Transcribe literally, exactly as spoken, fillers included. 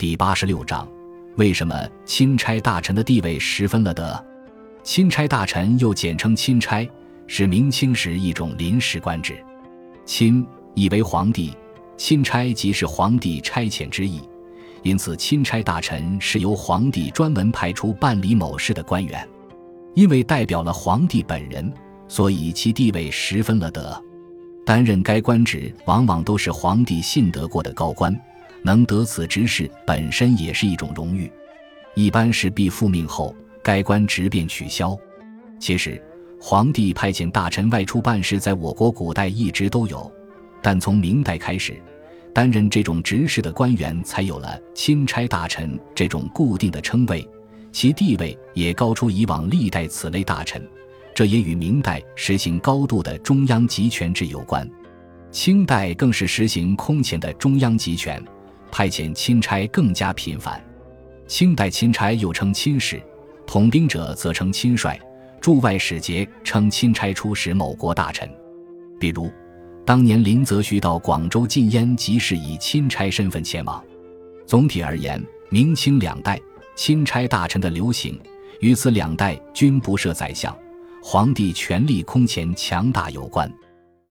第八十六章，为什么钦差大臣的地位十分了得？钦差大臣又简称钦差，是明清时一种临时官职。钦意为皇帝，钦差即是皇帝差遣之意，因此钦差大臣是由皇帝专门派出办理某事的官员。因为代表了皇帝本人，所以其地位十分了得。担任该官职往往都是皇帝信得过的高官，能得此职事本身也是一种荣誉。一般是必复命后，该官职便取消。其实皇帝派遣大臣外出办事在我国古代一直都有，但从明代开始，担任这种职事的官员才有了钦差大臣这种固定的称谓，其地位也高出以往历代此类大臣，这也与明代实行高度的中央集权制有关。清代更是实行空前的中央集权，派遣钦差更加频繁。清代钦差又称钦使，统兵者则称钦帅，驻外使节称钦差出使某国大臣。比如当年林则徐到广州禁烟即是以钦差身份前往。总体而言，明清两代钦差大臣的流行与此两代均不设宰相，皇帝权力空前强大有关。